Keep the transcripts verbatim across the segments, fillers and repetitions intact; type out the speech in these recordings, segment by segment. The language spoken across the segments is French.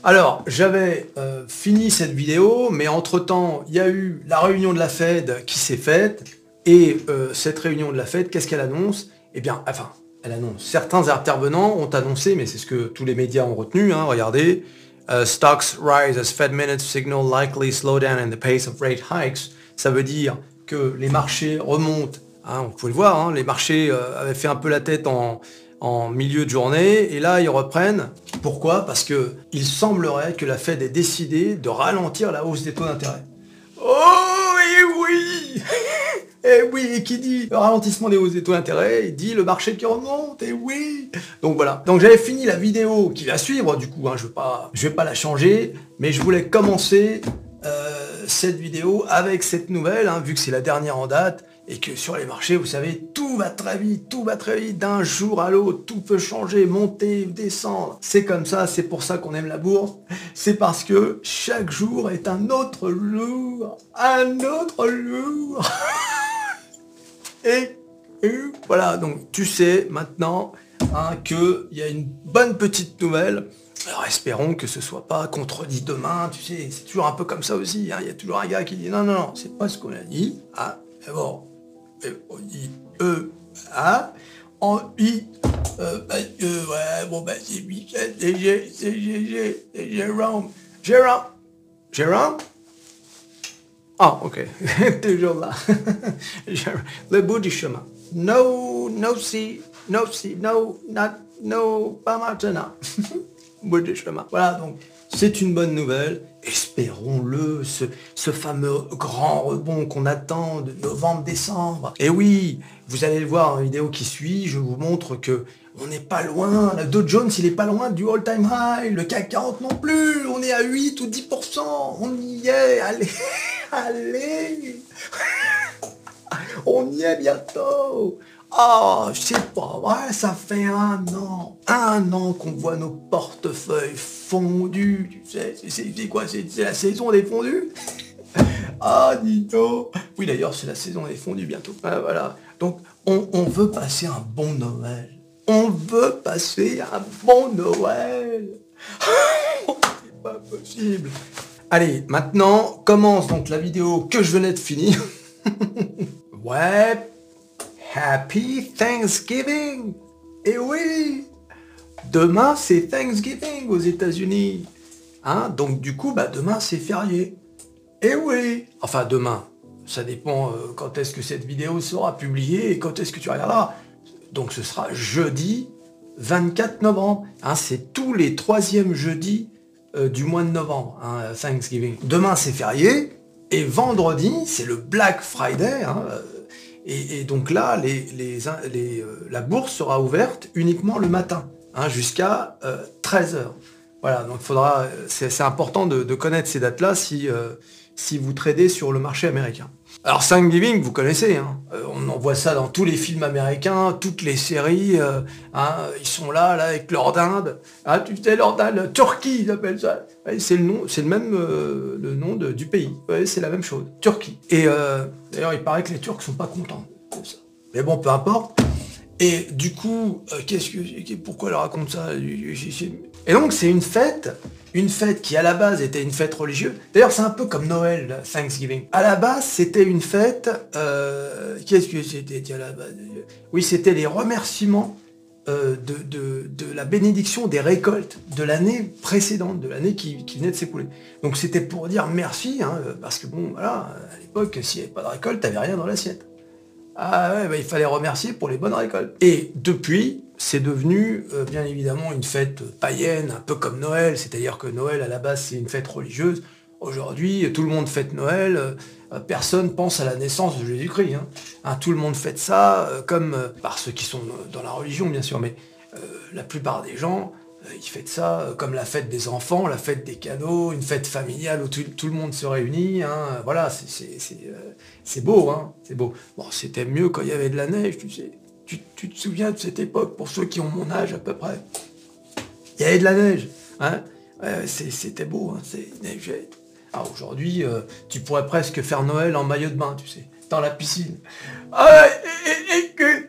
Alors, j'avais euh, fini cette vidéo, mais entre-temps, il y a eu la réunion de la Fed qui s'est faite, et euh, cette réunion de la Fed, qu'est-ce qu'elle annonce? Eh bien, enfin, elle annonce. Certains intervenants ont annoncé, mais c'est ce que tous les médias ont retenu, hein, regardez, uh, stocks rise as Fed minutes signal likely slowdown in the pace of rate hikes. Ça veut dire que les marchés remontent, hein, vous pouvez le voir, hein, les marchés euh, avaient fait un peu la tête en... en milieu de journée, et là ils reprennent. Pourquoi? Parce que il semblerait que la Fed ait décidé de ralentir la hausse des taux d'intérêt. Oh et oui. Et oui, et qui dit le ralentissement des hausses des taux d'intérêt, il dit le marché qui remonte, et oui. Donc voilà, donc j'avais fini la vidéo qui va suivre, du coup, hein, je vais pas, je vais pas la changer, mais je voulais commencer euh, cette vidéo avec cette nouvelle, hein, vu que c'est la dernière en date, et que sur les marchés, vous savez, tout va très vite, tout va très vite, d'un jour à l'autre, tout peut changer, monter, descendre. C'est comme ça, c'est pour ça qu'on aime la bourse. C'est parce que chaque jour est un autre jour, un autre jour. et, et voilà, donc tu sais maintenant hein, qu'il y a une bonne petite nouvelle. Alors espérons que ce soit pas contredit demain, tu sais, c'est toujours un peu comme ça aussi, il hein, y a toujours un gars qui dit non, non, non, c'est pas ce qu'on a dit, ah, mais bon. On dit E, A, en I, euh, bah, euh, ouais, bon, bah, c'est Michel, c'est G, c'est G G, c'est Jérôme. Jérôme Jérôme Ah, ok, toujours là. Le bout du chemin. No, no, si, no, si, no, not, no, pas maintenant. Bout du chemin. Voilà, donc, c'est une bonne nouvelle. Espérons-le, ce, ce fameux grand rebond qu'on attend de novembre-décembre. Et oui, vous allez le voir dans la vidéo qui suit, je vous montre que on n'est pas loin. Le Dow Jones, il est pas loin du all-time high. Le C A C quarante non plus. On est à huit ou dix pour cent. On y est. Allez, allez. On y est bientôt. Oh, c'est pas vrai, ça fait un an, un an qu'on voit nos portefeuilles fondus, tu sais, c'est quoi, c'est la saison des fondus. Ah, dis donc. Oui, d'ailleurs, c'est la saison des fondus bientôt. Ah, voilà. Donc, on, on veut passer un bon Noël. On veut passer un bon Noël. C'est pas possible. Allez, maintenant, commence donc la vidéo que je venais de finir. Ouais. Happy Thanksgiving! Et oui! Demain, c'est Thanksgiving aux États-Unis. Hein? Donc du coup, bah, demain, c'est férié. Et oui! Enfin, demain. Ça dépend euh, quand est-ce que cette vidéo sera publiée et quand est-ce que tu regarderas. Donc ce sera jeudi vingt-quatre novembre. Hein? C'est tous les troisièmes jeudis euh, du mois de novembre, hein, Thanksgiving. Demain, c'est férié. Et vendredi, c'est le Black Friday. Hein, euh, Et, et donc là, les, les, les, euh, la bourse sera ouverte uniquement le matin, hein, jusqu'à euh, treize heures. Voilà, donc il faudra, c'est important de, de connaître ces dates-là si, euh, si vous tradez sur le marché américain. Alors Thanksgiving, vous connaissez, hein, euh, on en voit ça dans tous les films américains, toutes les séries, euh, hein, ils sont là, là avec leur dinde, hein, tu sais, leur dinde, Turquie, ils appellent ça. Ouais, c'est le nom, c'est le même euh, le nom de, du pays. Ouais, c'est la même chose, Turquie. Et euh, d'ailleurs, il paraît que les Turcs sont pas contents de ça. Mais bon, peu importe. Et du coup, euh, qu'est-ce que, pourquoi elle raconte ça? Et donc, c'est une fête, une fête qui à la base était une fête religieuse. D'ailleurs, c'est un peu comme Noël, là, Thanksgiving. À la base, c'était une fête. Euh, qu'est-ce que c'était à la base? Oui, c'était les remerciements. Euh, de, de, de la bénédiction des récoltes de l'année précédente, de l'année qui, qui venait de s'écouler. Donc c'était pour dire merci, hein, parce que bon, voilà, à l'époque, s'il n'y avait pas de récolte, t'avais rien dans l'assiette. Ah ouais, bah, il fallait remercier pour les bonnes récoltes. Et depuis, c'est devenu, euh, bien évidemment, une fête païenne, un peu comme Noël, c'est-à-dire que Noël, à la base, c'est une fête religieuse. Aujourd'hui, tout le monde fête Noël, euh, personne pense à la naissance de Jésus-Christ. Hein. Hein, tout le monde fête ça, euh, comme, euh, par ceux qui sont dans la religion, bien sûr, mais euh, la plupart des gens, euh, ils fêtent ça euh, comme la fête des enfants, la fête des cadeaux, une fête familiale où tout, tout le monde se réunit. Hein. Voilà, c'est euh, beau, hein, c'est beau. Bon, c'était mieux quand il y avait de la neige, tu sais. Tu, tu te souviens de cette époque, pour ceux qui ont mon âge à peu près. Il y avait de la neige, hein. Euh, c'était beau, hein, c'est neigeait. Ah, aujourd'hui, euh, tu pourrais presque faire Noël en maillot de bain, tu sais, dans la piscine. Ah, et, et, et que...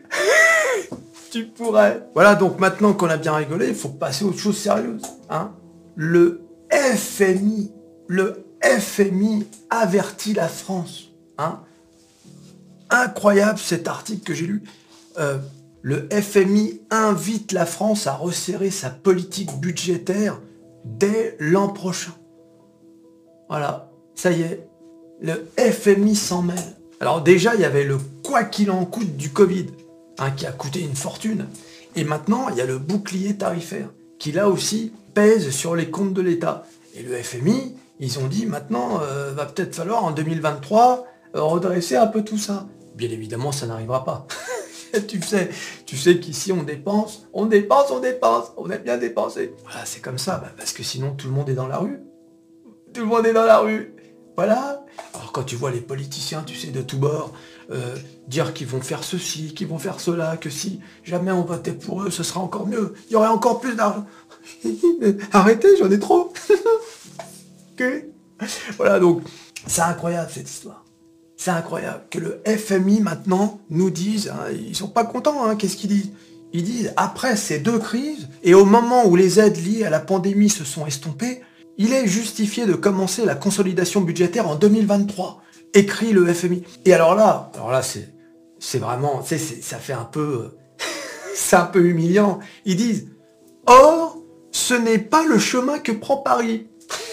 tu pourrais. Voilà, donc maintenant qu'on a bien rigolé, il faut passer aux choses sérieuses. Hein. Le F M I, le F M I avertit la France. Hein. Incroyable cet article que j'ai lu. Euh, le F M I invite la France à resserrer sa politique budgétaire dès l'an prochain. Voilà, ça y est, le F M I s'en mêle. Alors déjà, il y avait le quoi qu'il en coûte du Covid, hein, qui a coûté une fortune. Et maintenant, il y a le bouclier tarifaire, qui là aussi pèse sur les comptes de l'État. Et le F M I, ils ont dit maintenant, euh, va peut-être falloir en deux mille vingt-trois euh, redresser un peu tout ça. Bien évidemment, ça n'arrivera pas. tu sais, tu sais qu'ici on dépense, on dépense, on dépense, on aime bien dépenser. Voilà, c'est comme ça, bah, parce que sinon tout le monde est dans la rue. Tout le monde est dans la rue. Voilà. Alors quand tu vois les politiciens, tu sais, de tous bords, euh, dire qu'ils vont faire ceci, qu'ils vont faire cela, que si jamais on votait pour eux, ce sera encore mieux. Il y aurait encore plus d'argent. Arrêtez, j'en ai trop. Okay. Voilà, donc, c'est incroyable cette histoire. C'est incroyable que le F M I maintenant nous dise, hein, ils sont pas contents, hein, qu'est-ce qu'ils disent? Ils disent, après ces deux crises, et au moment où les aides liées à la pandémie se sont estompées, il est justifié de commencer la consolidation budgétaire en deux mille vingt-trois, écrit le F M I. Et alors là, alors là c'est c'est vraiment, tu sais, ça fait un peu, c'est un peu humiliant. Ils disent, or, ce n'est pas le chemin que prend Paris.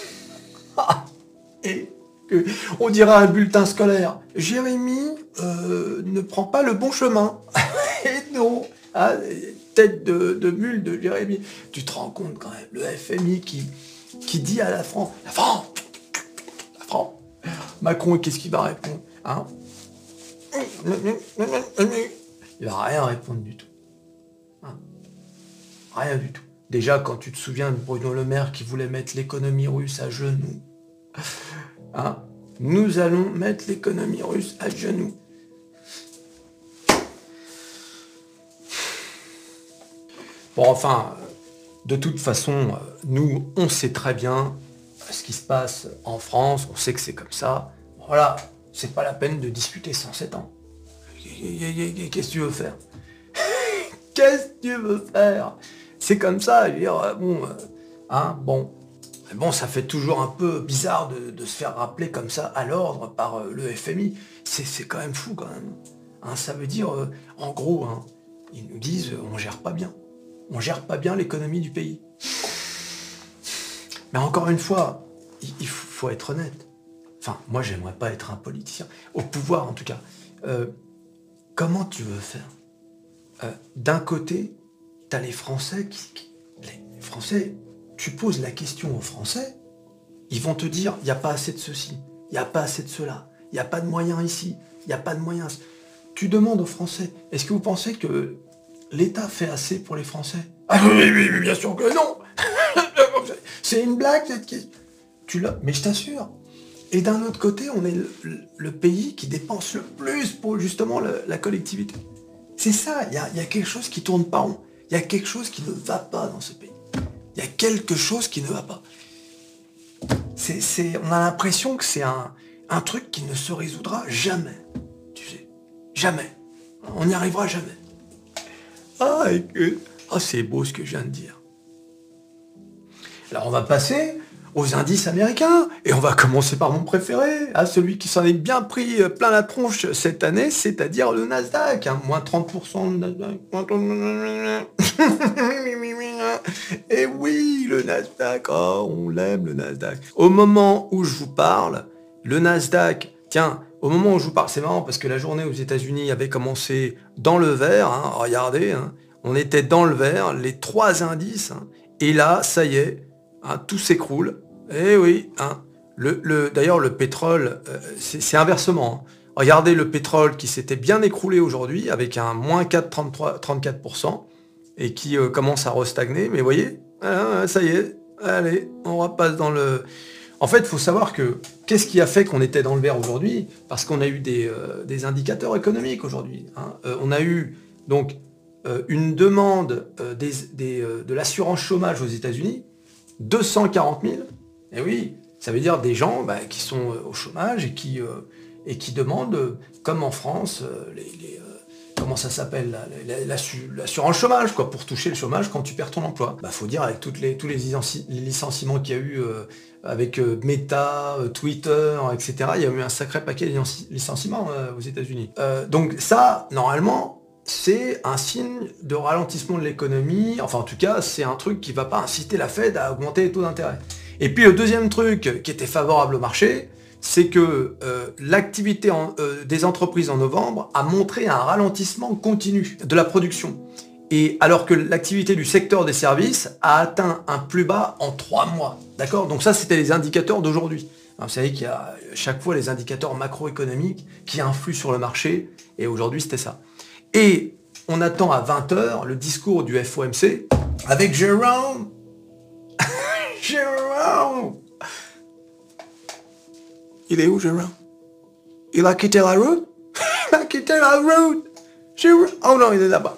Et que, on dirait un bulletin scolaire. Jérémy euh, ne prend pas le bon chemin. Et non, hein, tête de, de mule de Jérémy. Tu te rends compte quand même, le F M I qui, qui dit à la France, la France, la France. Macron, qu'est-ce qu'il va répondre, hein? Il va rien répondre du tout. Hein, rien du tout. Déjà, quand tu te souviens de Bruno Le Maire qui voulait mettre l'économie russe à genoux, hein, nous allons mettre l'économie russe à genoux. Bon, enfin, de toute façon, nous, on sait très bien ce qui se passe en France, on sait que c'est comme ça. Voilà, c'est pas la peine de discuter cent sept ans. Qu'est-ce que tu veux faire? Qu'est-ce que tu veux faire? C'est comme ça, je veux dire, bon, hein, bon. Bon, ça fait toujours un peu bizarre de, de se faire rappeler comme ça à l'ordre par euh, le F M I. C'est quand même fou quand même. Hein, ça veut dire, euh, en gros, hein, ils nous disent, euh, on gère pas bien. On gère pas bien l'économie du pays. Mais encore une fois, il, il faut être honnête. Enfin, moi, j'aimerais pas être un politicien. Au pouvoir, en tout cas. Euh, comment tu veux faire? euh, D'un côté, t'as les Français qui... qui les Français... Tu poses la question aux Français, ils vont te dire, il n'y a pas assez de ceci, il n'y a pas assez de cela, il n'y a pas de moyens ici, il n'y a pas de moyens. Tu demandes aux Français, est-ce que vous pensez que l'État fait assez pour les Français? Ah oui, oui, oui, bien sûr que non. C'est une blague cette question. Tu l'as, mais je t'assure. Et d'un autre côté, on est le, le, le pays qui dépense le plus pour justement le, la collectivité. C'est ça, il y a, y a quelque chose qui tourne pas rond. Il y a quelque chose qui ne va pas dans ce pays. Il y a quelque chose qui ne va pas. C'est, c'est, on a l'impression que c'est un, un truc qui ne se résoudra jamais. Tu sais, jamais. On n'y arrivera jamais. Ah, écoute, ah, c'est beau ce que je viens de dire. Alors on va passer aux indices américains. Et on va commencer par mon préféré, à celui qui s'en est bien pris plein la tronche cette année, c'est-à-dire le Nasdaq. Hein, moins trente pour cent le Nasdaq. Et oui, le Nasdaq, oh, on l'aime le Nasdaq. Au moment où je vous parle, le Nasdaq, tiens, au moment où je vous parle, c'est marrant parce que la journée aux États-Unis avait commencé dans le vert, hein, regardez, hein, on était dans le vert, les trois indices, hein, et là, ça y est, hein, tout s'écroule. Eh oui, hein, le, le, d'ailleurs, le pétrole, euh, c'est, c'est inversement. Hein. Regardez le pétrole qui s'était bien écroulé aujourd'hui avec un moins quatre virgule trente-trois, trente-quatre pour cent et qui euh, commence à restagner. Mais vous voyez, ah, ça y est, allez, on repasse dans le... En fait, il faut savoir que qu'est-ce qui a fait qu'on était dans le vert aujourd'hui? Parce qu'on a eu des, euh, des indicateurs économiques aujourd'hui. Hein. Euh, on a eu donc euh, une demande euh, des, des, euh, de l'assurance chômage aux États-Unis, deux cent quarante mille. Et oui, ça veut dire des gens bah, qui sont euh, au chômage et qui, euh, et qui demandent, euh, comme en France, euh, les, les, euh, comment ça s'appelle, l'assurance chômage, quoi, pour toucher le chômage quand tu perds ton emploi. Bah faut dire, avec toutes les, tous les, les licenciements qu'il y a eu euh, avec euh, Meta, euh, Twitter, et cetera, il y a eu un sacré paquet de licenciements euh, aux États-Unis. Euh, donc ça, normalement, c'est un signe de ralentissement de l'économie. Enfin, en tout cas, c'est un truc qui va pas inciter la Fed à augmenter les taux d'intérêt. Et puis le deuxième truc qui était favorable au marché, c'est que euh, l'activité euh, des entreprises en novembre a montré un ralentissement continu de la production. Et alors que l'activité du secteur des services a atteint un plus bas en trois mois. D'accord? Donc ça, c'était les indicateurs d'aujourd'hui. Vous savez qu'il y a chaque fois les indicateurs macroéconomiques qui influent sur le marché, et aujourd'hui, c'était ça. Et on attend à vingt heures le discours du F O M C avec Jérôme. Jérôme. Il est où, Jérôme? Il a quitté la route? Il a quitté la route. Jérôme. Oh non, il est là-bas.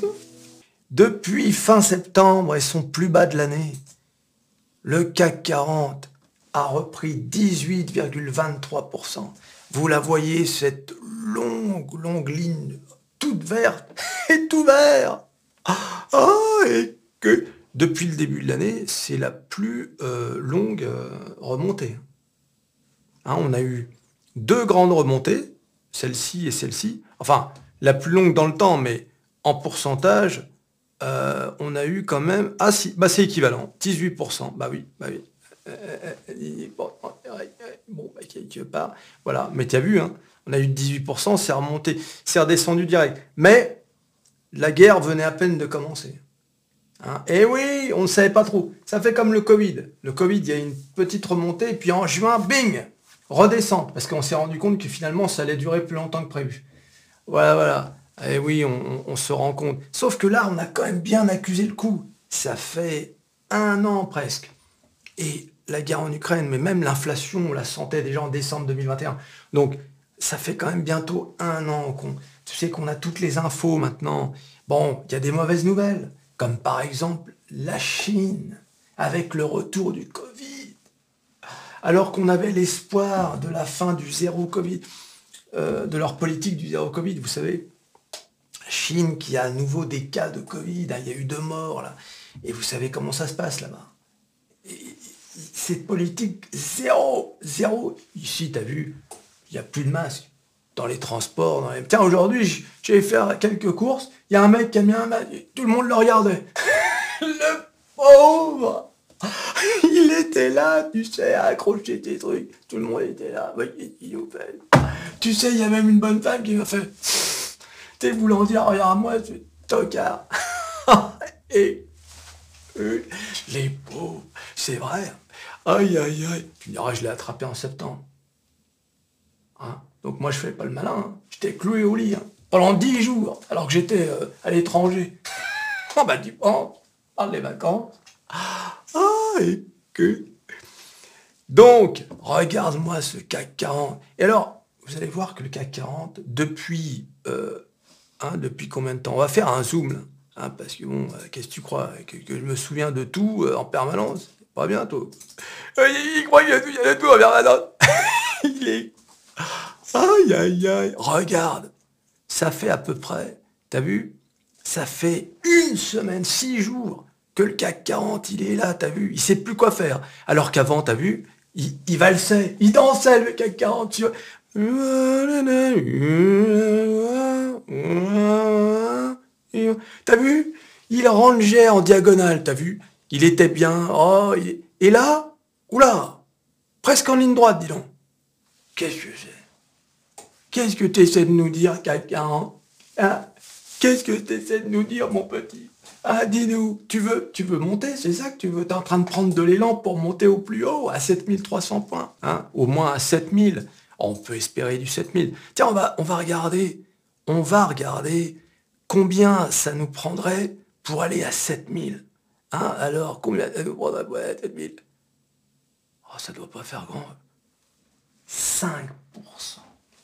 Depuis fin septembre et son plus bas de l'année, le C A C quarante a repris dix-huit virgule vingt-trois pour cent. Vous la voyez, cette longue, longue ligne, toute verte et tout vert. Ah, et que depuis le début de l'année, c'est la plus euh, longue euh, remontée. Hein, on a eu deux grandes remontées, celle-ci et celle-ci. Enfin, la plus longue dans le temps, mais en pourcentage, euh, on a eu quand même... Ah si, bah c'est équivalent, dix-huit pour cent. Bah oui, bah oui. Euh, bon, bon bah, quelque part, voilà. Mais tu as vu, hein, on a eu dix-huit pour cent, c'est remonté, c'est redescendu direct. Mais la guerre venait à peine de commencer. Hein, et oui, on ne savait pas trop. Ça fait comme le Covid. Le Covid, il y a une petite remontée, et puis en juin, bing, redescente, parce qu'on s'est rendu compte que finalement, ça allait durer plus longtemps que prévu. Voilà, voilà. Et oui, on, on se rend compte. Sauf que là, on a quand même bien accusé le coup. Ça fait un an presque. Et la guerre en Ukraine, mais même l'inflation, on la sentait déjà en décembre deux mille vingt et un. Donc, ça fait quand même bientôt un an qu'on... Tu sais qu'on a toutes les infos maintenant. Bon, il y a des mauvaises nouvelles, comme par exemple la Chine, avec le retour du Covid. Alors qu'on avait l'espoir de la fin du zéro Covid, euh, de leur politique du zéro Covid, vous savez. La Chine qui a à nouveau des cas de Covid, hein, il y a eu deux morts là. Et vous savez comment ça se passe là-bas. Cette politique zéro, zéro. Ici, tu as vu, il n'y a plus de masques dans les transports. Dans les... Tiens, aujourd'hui, j'ai fait quelques courses, il y a un mec qui a mis un masque, tout le monde le regardait. Le pauvre. Il était là, tu sais, à accrocher tes trucs. Tout le monde était là. Tu sais, il y a même une bonne femme qui m'a fait... T'es boulangère, regarde-moi, tu tocard. Et... Euh, les pauvres, c'est vrai. Aïe, aïe, aïe. Tu me diras, je l'ai attrapé en septembre. Hein, donc moi, je fais pas le malin. Hein. J'étais cloué au lit hein, pendant dix jours, alors que j'étais euh, à l'étranger. Oh bah tu penses, parle des vacances. Ah, et que... Donc, regarde-moi ce C A C quarante. Et alors, vous allez voir que le C A C quarante, depuis, euh, hein, depuis combien de temps? On va faire un zoom, là. Hein, parce que bon, euh, qu'est-ce que tu crois que, que je me souviens de tout euh, en permanence? Pas bientôt. Euh, il, il croit qu'il y a tout, il y a tout en permanence. Il est... Aïe, aïe, aïe. Regarde, ça fait à peu près, t'as vu? Ça fait une semaine, six jours que le C A C quarante, il est là, t'as vu? Il sait plus quoi faire. Alors qu'avant, t'as vu? Il, il valsait, il dansait le C A C quarante. Tu vois. T'as vu? Il rangeait en diagonale, t'as vu? Il était bien. Oh, il... Et là, oula, presque en ligne droite, dis donc. Qu'est-ce que c'est? Qu'est-ce que tu essaies de nous dire, C A C quarante? Hein? Qu'est-ce que tu essaies de nous dire, mon petit? Ah, dis-nous, tu veux, tu veux monter, c'est ça que tu veux? T'es en train de prendre de l'élan pour monter au plus haut, à sept mille trois cents points, hein? Au moins à sept mille. On peut espérer du sept mille. Tiens, on va, on va regarder, on va regarder combien ça nous prendrait pour aller à sept mille. Hein? Alors, combien ça nous prendrait pour aller à sept mille? Oh, ça doit pas faire grand. cinq pour cent.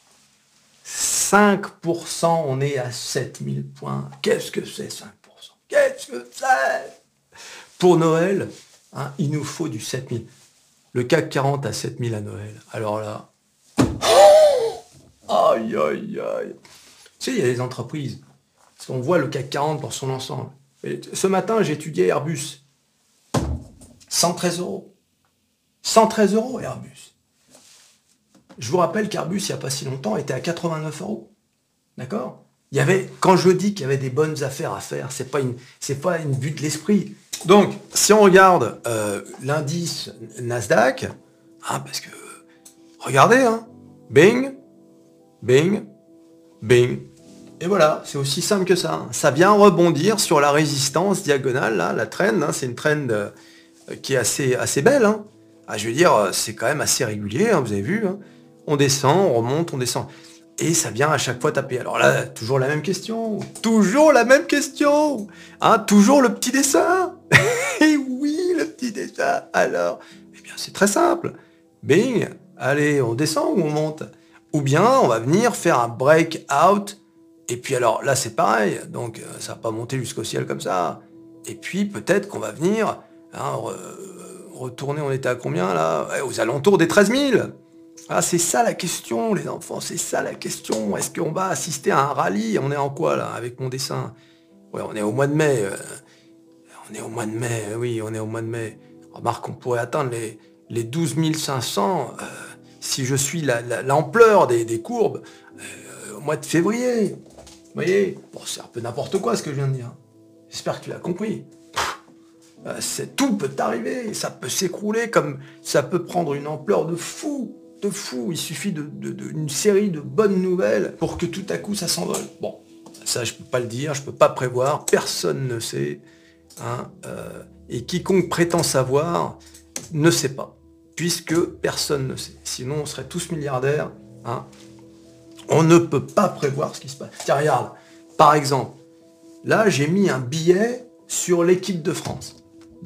cinq pour cent, on est à sept mille points. Qu'est-ce que c'est cinq pour cent? Qu'est-ce que c'est? Pour Noël, hein, il nous faut du sept mille. Le C A C quarante à sept mille à Noël. Alors là... Oh, aïe, aïe, aïe. Tu sais, il y a des entreprises Parce qu'on voit le C A C quarante dans son ensemble. Et ce matin, j'ai étudié Airbus. cent treize euros. cent treize euros Airbus. Je vous rappelle qu'Airbus, il n'y a pas si longtemps, était à quatre-vingt-neuf euros. D'accord? Il y avait, quand je dis qu'il y avait des bonnes affaires à faire, c'est pas une, c'est pas une vue de l'esprit. Donc, si on regarde euh, l'indice Nasdaq, hein, parce que, regardez, hein, bing, bing, bing. Et voilà, c'est aussi simple que ça. Ça vient rebondir sur la résistance diagonale, là, la trend, hein, c'est une trend euh, qui est assez, assez belle. Hein. Ah, je veux dire, c'est quand même assez régulier, hein, vous avez vu. Hein. On descend, on remonte, on descend. Et ça vient à chaque fois taper. Alors là, toujours la même question. Toujours la même question. Hein, toujours le petit dessin. Et oui, le petit dessin. Alors, eh bien, c'est très simple. Bing, allez, on descend ou on monte? Ou bien, on va venir faire un breakout. Et puis alors, là, c'est pareil. Donc, ça va pas monter jusqu'au ciel comme ça. Et puis, peut-être qu'on va venir hein, re retourner, on était à combien, là? Ouais, aux alentours des treize mille. Ah, c'est ça la question, les enfants, c'est ça la question. Est-ce qu'on va assister à un rallye? On est en quoi, là, avec mon dessin? Ouais, on est au mois de mai. Euh, on est au mois de mai, oui, on est au mois de mai. Remarque, on pourrait atteindre les, les douze mille cinq cents euh, si je suis l'ampleur la, la, des, des courbes euh, au mois de février. Vous voyez? Bon, c'est un peu n'importe quoi, ce que je viens de dire. J'espère que tu l'as compris. Euh, tout peut arriver, ça peut s'écrouler comme ça peut prendre une ampleur de fou. De fou, il suffit d'une de, de, de, série de bonnes nouvelles pour que tout à coup ça s'envole. Bon, ça je peux pas le dire, je peux pas prévoir, personne ne sait, hein, euh, et quiconque prétend savoir ne sait pas, puisque personne ne sait. Sinon on serait tous milliardaires, hein. On ne peut pas prévoir ce qui se passe. Tiens, regarde, par exemple, là j'ai mis un billet sur l'équipe de France, d'accord ?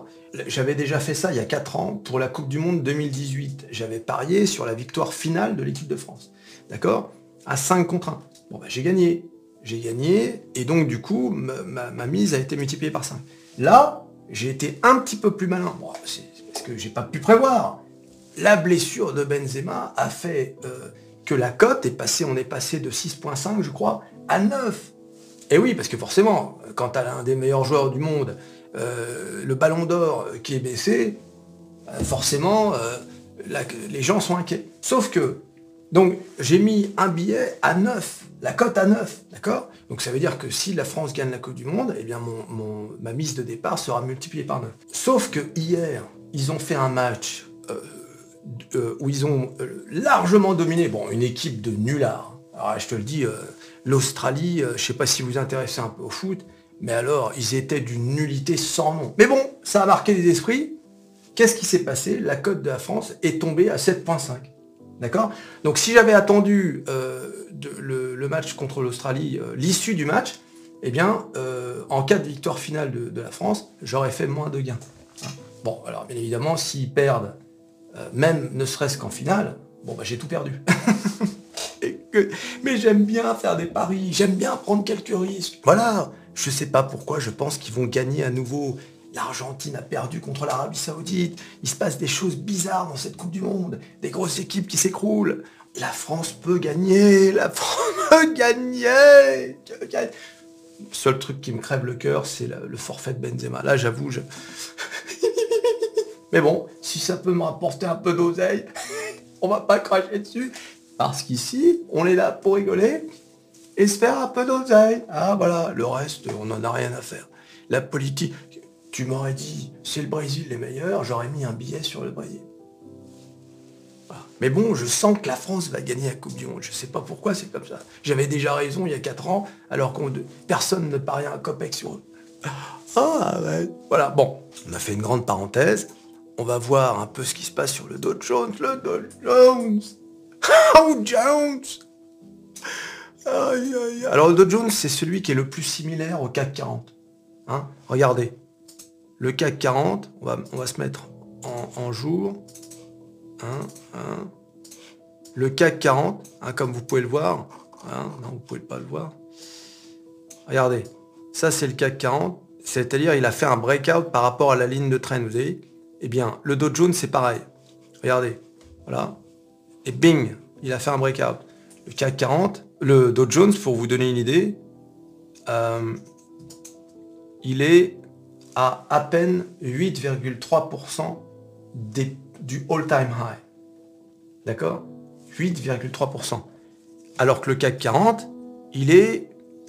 J'avais déjà fait ça il y a quatre ans pour la Coupe du Monde deux mille dix-huit. J'avais parié sur la victoire finale de l'équipe de France. D'accord? À cinq contre un. Bon, bah, j'ai gagné. J'ai gagné. Et donc, du coup, ma, ma, ma mise a été multipliée par cinq. Là, j'ai été un petit peu plus malin. Bon, c'est parce que j'ai pas pu prévoir. La blessure de Benzema a fait euh, que la cote est passée, on est passé de six virgule cinq, je crois, à neuf. Et oui, parce que forcément, quand tu as l'un des meilleurs joueurs du monde, Euh, le ballon d'or qui est baissé, euh, forcément, euh, la, les gens sont inquiets. Sauf que, donc, j'ai mis un billet à neuf, la cote à neuf, d'accord? Donc ça veut dire que si la France gagne la Coupe du Monde, eh bien mon, mon, ma mise de départ sera multipliée par neuf. Sauf que hier, ils ont fait un match euh, euh, où ils ont euh, largement dominé, bon, une équipe de nullards. Alors je te le dis, euh, l'Australie, euh, je sais pas si vous vous intéressez un peu au foot, mais alors, ils étaient d'une nullité sans nom. Mais bon, ça a marqué les esprits. Qu'est-ce qui s'est passé? La cote de la France est tombée à sept virgule cinq. D'accord? Donc si j'avais attendu euh, de, le, le match contre l'Australie, euh, l'issue du match, eh bien, euh, en cas de victoire finale de, de la France, j'aurais fait moins de gains. Hein. Bon, alors bien évidemment, s'ils perdent, euh, même ne serait-ce qu'en finale, bon, bah j'ai tout perdu. Que, mais j'aime bien faire des paris, j'aime bien prendre quelques risques. Voilà, je sais pas pourquoi, je pense qu'ils vont gagner à nouveau. L'Argentine a perdu contre l'Arabie Saoudite. Il se passe des choses bizarres dans cette Coupe du Monde. Des grosses équipes qui s'écroulent. La France peut gagner, la France peut gagner. Le seul truc qui me crève le cœur, c'est le forfait de Benzema. Là, j'avoue, je... Mais bon, si ça peut me rapporter un peu d'oseille, on va pas cracher dessus. Parce qu'ici, on est là pour rigoler et se faire un peu d'oseille. Ah voilà, le reste, on n'en a rien à faire. La politique, tu m'aurais dit, c'est le Brésil les meilleurs, j'aurais mis un billet sur le Brésil. Voilà. Mais bon, je sens que la France va gagner la Coupe du Monde. Je sais pas pourquoi c'est comme ça. J'avais déjà raison il y a quatre ans, alors que personne ne pariait un copec sur eux. Ah ouais. Voilà, bon, on a fait une grande parenthèse. On va voir un peu ce qui se passe sur le Dow Jones. Le Dow Jones Oh, Jones aïe, aïe. Alors, le Dow Jones, c'est celui qui est le plus similaire au C A C quarante. Hein, regardez. Le C A C quarante, on va, on va se mettre en, en jour. Hein, hein. Le C A C quarante, hein, comme vous pouvez le voir. Hein, non, vous ne pouvez pas le voir. Regardez. Ça, c'est le C A C quarante. C'est-à-dire, il a fait un breakout par rapport à la ligne de trend. Vous voyez? Eh bien, le Dow Jones, c'est pareil. Regardez. Voilà. Et bing, il a fait un breakout. Le C A C quarante, le Dow Jones, pour vous donner une idée, euh, il est à à peine huit virgule trois pour cent des, du all-time high. D'accord? huit virgule trois pour cent. Alors que le C A C quarante, il est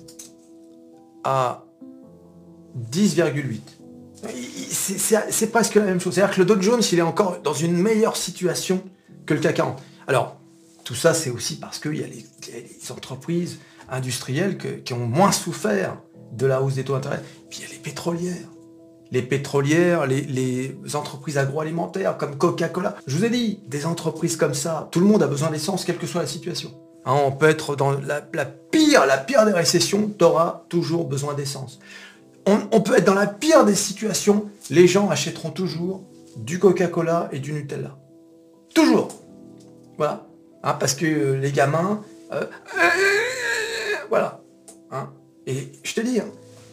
à dix virgule huit. C'est presque la même chose. C'est-à-dire que le Dow Jones, il est encore dans une meilleure situation que le C A C quarante. Alors, tout ça, c'est aussi parce qu'il y a les, les entreprises industrielles que, qui ont moins souffert de la hausse des taux d'intérêt. Puis il y a les pétrolières. Les pétrolières, les, les entreprises agroalimentaires comme Coca-Cola. Je vous ai dit, des entreprises comme ça, tout le monde a besoin d'essence, quelle que soit la situation. Hein, on peut être dans la, la pire, la pire des récessions, tu auras toujours besoin d'essence. On, on peut être dans la pire des situations, les gens achèteront toujours du Coca-Cola et du Nutella. Toujours. Voilà. Hein, parce que euh, les gamins... Euh, euh, voilà. Hein. Et je te dis... Hein,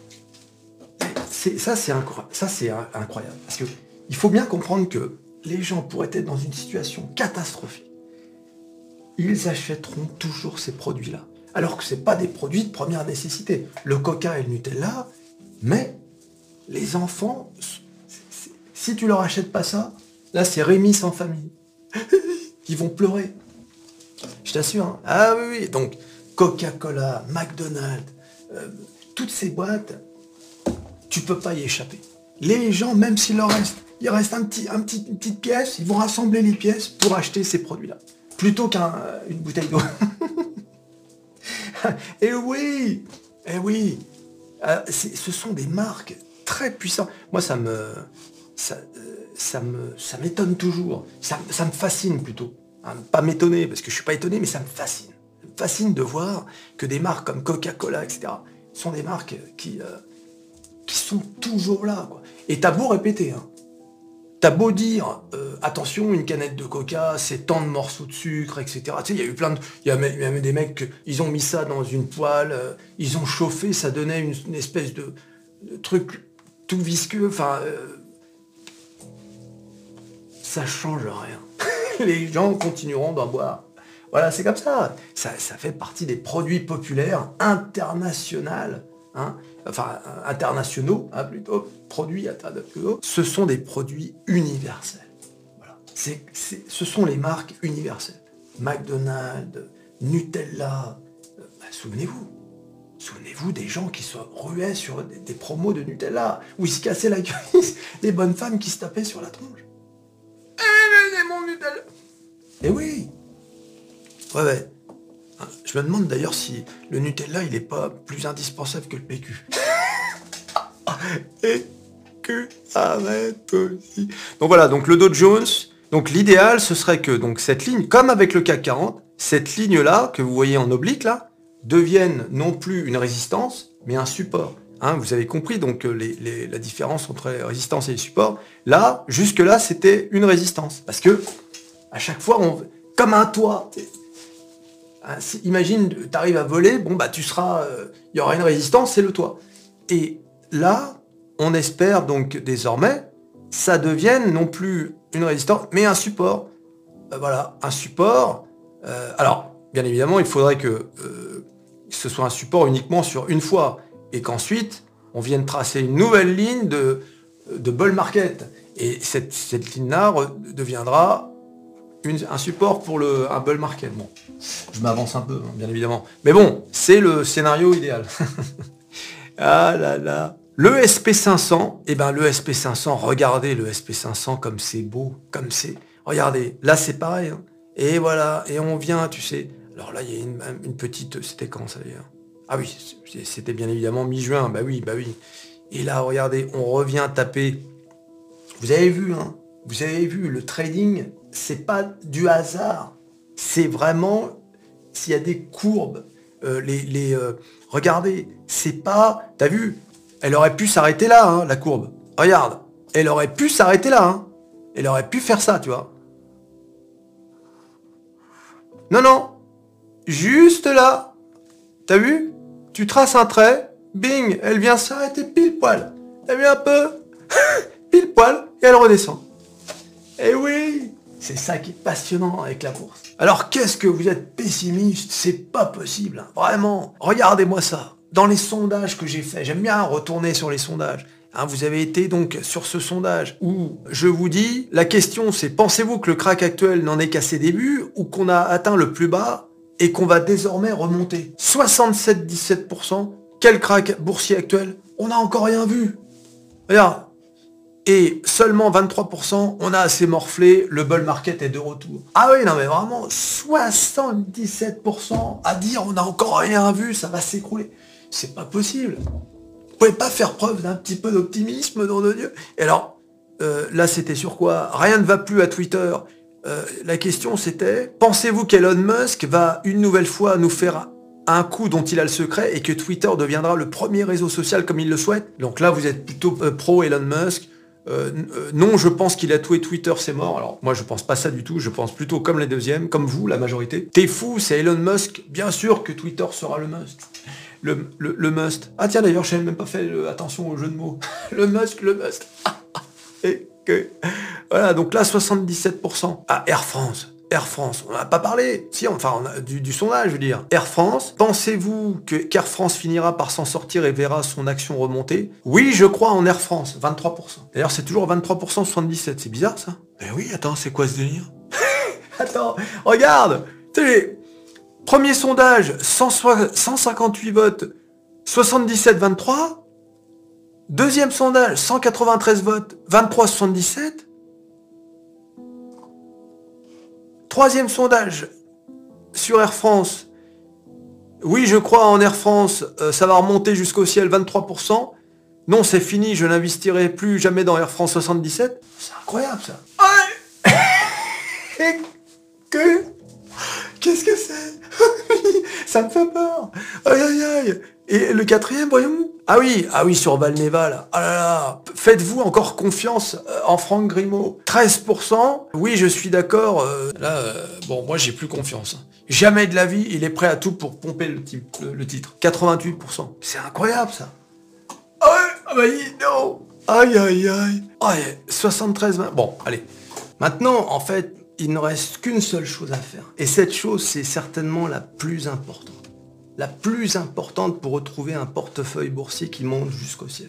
ça, c'est incroyable. Ça, c'est incroyable. Parce que il faut bien comprendre que les gens pourraient être dans une situation catastrophique. Ils achèteront toujours ces produits-là. Alors que ce n'est pas des produits de première nécessité. Le Coca et le Nutella, mais les enfants, si tu leur achètes pas ça, là, c'est Rémi sans famille. Ils vont pleurer. Je t'assure. Hein. Ah oui, oui. Donc, Coca-Cola, McDonald's, euh, toutes ces boîtes... Tu peux pas y échapper. Les gens, même s'il leur reste, il reste un petit, un petit, une petite pièce, ils vont rassembler les pièces pour acheter ces produits-là. Plutôt qu'une euh, bouteille d'eau. Et oui, et oui, euh, ce sont des marques très puissantes. Moi, ça me, ça, euh, ça me, ça m'étonne toujours. Ça, ça me fascine plutôt. Hein, pas m'étonner, parce que je suis pas étonné, mais ça me fascine. Ça me fascine de voir que des marques comme Coca-Cola, et cetera, sont des marques qui... Euh, qui sont toujours là, quoi. Et t'as beau répéter, hein. T'as beau dire, euh, attention, une canette de coca, c'est tant de morceaux de sucre, et cetera. Tu sais, il y a eu plein de... Il y a même, même des mecs, ils ont mis ça dans une poêle, euh, ils ont chauffé, ça donnait une, une espèce de, de truc tout visqueux, enfin... Euh, ça change rien. Les gens continueront d'en boire. Voilà, c'est comme ça. ça. Ça fait partie des produits populaires internationaux, hein. Enfin, internationaux, hein, plutôt, produits internationaux, ce sont des produits universels. Voilà. C'est, c'est, ce sont les marques universelles. McDonald's, Nutella, euh, bah, souvenez-vous, souvenez-vous des gens qui se ruaient sur des, des promos de Nutella, où ils se cassaient la cuisse, des bonnes femmes qui se tapaient sur la tronche. Eh, c'est mon Nutella. Eh oui. Ouais, ouais. Je me demande d'ailleurs si le Nutella, il n'est pas plus indispensable que le P Q. Et que arrête aussi. Donc voilà, donc le Dow Jones, donc l'idéal, ce serait que donc cette ligne, comme avec le C A C quarante, cette ligne-là, que vous voyez en oblique, là, devienne non plus une résistance, mais un support. Hein, vous avez compris donc les, les, la différence entre les résistances et les supports. Là, jusque-là, c'était une résistance. Parce que, à chaque fois, on, comme un toit... Hein, si, imagine, tu arrives à voler, bon bah tu seras, il euh, y aura une résistance, c'est le toit. Et là, on espère donc désormais, ça devienne non plus une résistance, mais un support. Euh, voilà, un support. Euh, alors, bien évidemment, il faudrait que euh, ce soit un support uniquement sur une fois, et qu'ensuite, on vienne tracer une nouvelle ligne de, de bull market. Et cette, cette ligne-là deviendra Une, un support pour le, un bull market. Bon, je m'avance un peu, hein, bien évidemment. Mais bon, c'est le scénario idéal. Ah là là. Le S P cinq cents, eh ben le S P cinq cents, regardez le S P cinq cents comme c'est beau, comme c'est... Regardez, là c'est pareil. Hein. Et voilà, et on vient, tu sais... Alors là, il y a une, une petite... C'était quand ça d'ailleurs? Ah oui, c'était bien évidemment mi-juin, bah oui, bah oui. Et là, regardez, on revient taper... Vous avez vu, hein? Vous avez vu, le trading... C'est pas du hasard, c'est vraiment s'il y a des courbes, euh, les, les euh, regardez, c'est pas, t'as vu, elle aurait pu s'arrêter là, hein, la courbe. Regarde, elle aurait pu s'arrêter là, hein. Elle aurait pu faire ça, tu vois. Non, non, juste là, t'as vu, tu traces un trait, bing, elle vient s'arrêter pile poil. T'as vu un peu, pile poil, et elle redescend. Eh oui. C'est ça qui est passionnant avec la bourse. Alors qu'est-ce que vous êtes pessimiste? C'est pas possible, hein. Vraiment. Regardez-moi ça. dans les sondages que j'ai faits, j'aime bien retourner sur les sondages. Hein, vous avez été donc sur ce sondage où je vous dis, la question c'est, pensez-vous que le crack actuel n'en est qu'à ses débuts ou qu'on a atteint le plus bas et qu'on va désormais remonter? soixante-sept virgule dix-sept pour cent, quel crack boursier actuel? On n'a encore rien vu. Regarde. Et seulement vingt-trois pour cent, on a assez morflé, le bull market est de retour. Ah oui, non mais vraiment, soixante-dix-sept pour cent à dire on n'a encore rien vu, ça va s'écrouler. C'est pas possible. Vous pouvez pas faire preuve d'un petit peu d'optimisme, nom de Dieu. Et alors, euh, là c'était sur quoi? Rien ne va plus à Twitter. Euh, la question c'était, pensez-vous qu'Elon Musk va une nouvelle fois nous faire un coup dont il a le secret et que Twitter deviendra le premier réseau social comme il le souhaite? Donc là vous êtes plutôt euh, pro Elon Musk. Euh, euh, non, je pense qu'il a tué Twitter, c'est mort. Alors moi je pense pas ça du tout, je pense plutôt comme les deuxièmes, comme vous, la majorité. T'es fou, c'est Elon Musk, bien sûr que Twitter sera le must. Le, le, le must. Ah tiens d'ailleurs, je n'avais même pas fait euh, attention au jeu de mots. Le Musk, le must. Et que... Voilà, donc là soixante-dix-sept pour cent. Ah, Air France. Air France, on n'a pas parlé, si, enfin, on a, du, du sondage, je veux dire. Air France, pensez-vous que qu'Air France finira par s'en sortir et verra son action remonter? Oui, je crois en Air France, vingt-trois pour cent. D'ailleurs, c'est toujours vingt-trois pour cent, soixante-dix-sept, c'est bizarre, ça? Mais oui, attends, c'est quoi ce délire? Attends, regarde, t'sais, premier sondage, cent cinquante-huit votes, soixante-dix-sept vingt-trois. Deuxième sondage, cent quatre-vingt-treize votes, vingt-trois soixante-dix-sept. Troisième sondage sur Air France. Oui, je crois en Air France, euh, ça va remonter jusqu'au ciel, vingt-trois pour cent. Non, c'est fini, je n'investirai plus jamais dans Air France, soixante-dix-sept. C'est incroyable ça. Ouais. Que Qu'est-ce que c'est? Ça me fait peur. Aïe aïe aïe. Et le quatrième, voyons. Ah oui, ah oui, sur Valneva, là. Ah là là. Faites-vous encore confiance euh, en Franck Grimaud? treize pour cent. Oui, je suis d'accord. Euh, là, euh, bon, moi, j'ai plus confiance. Jamais de la vie, il est prêt à tout pour pomper le, type, le, le titre. quatre-vingt-huit pour cent. C'est incroyable, ça. Ah ouais, ah bah non. Aïe aïe aïe. Aïe, soixante-treize vingt. Bon, allez. Maintenant, en fait, il ne reste qu'une seule chose à faire. Et cette chose, c'est certainement la plus importante. La plus importante pour retrouver un portefeuille boursier qui monte jusqu'au ciel.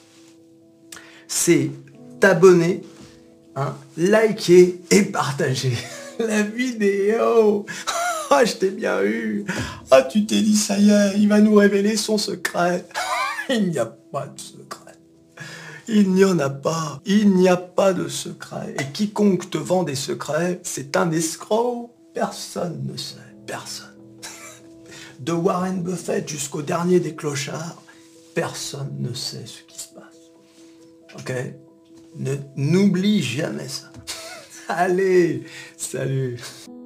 C'est t'abonner, hein, liker et partager la vidéo. Ah, je t'ai bien eu. Ah, tu t'es dit, ça y est, il va nous révéler son secret. Il n'y a pas de secret. Il n'y en a pas. Il n'y a pas de secret. Et quiconque te vend des secrets, c'est un escroc. Personne ne sait. Personne. De Warren Buffett jusqu'au dernier des clochards, personne ne sait ce qui se passe. Ok? Ne, n'oublie jamais ça. Allez, salut.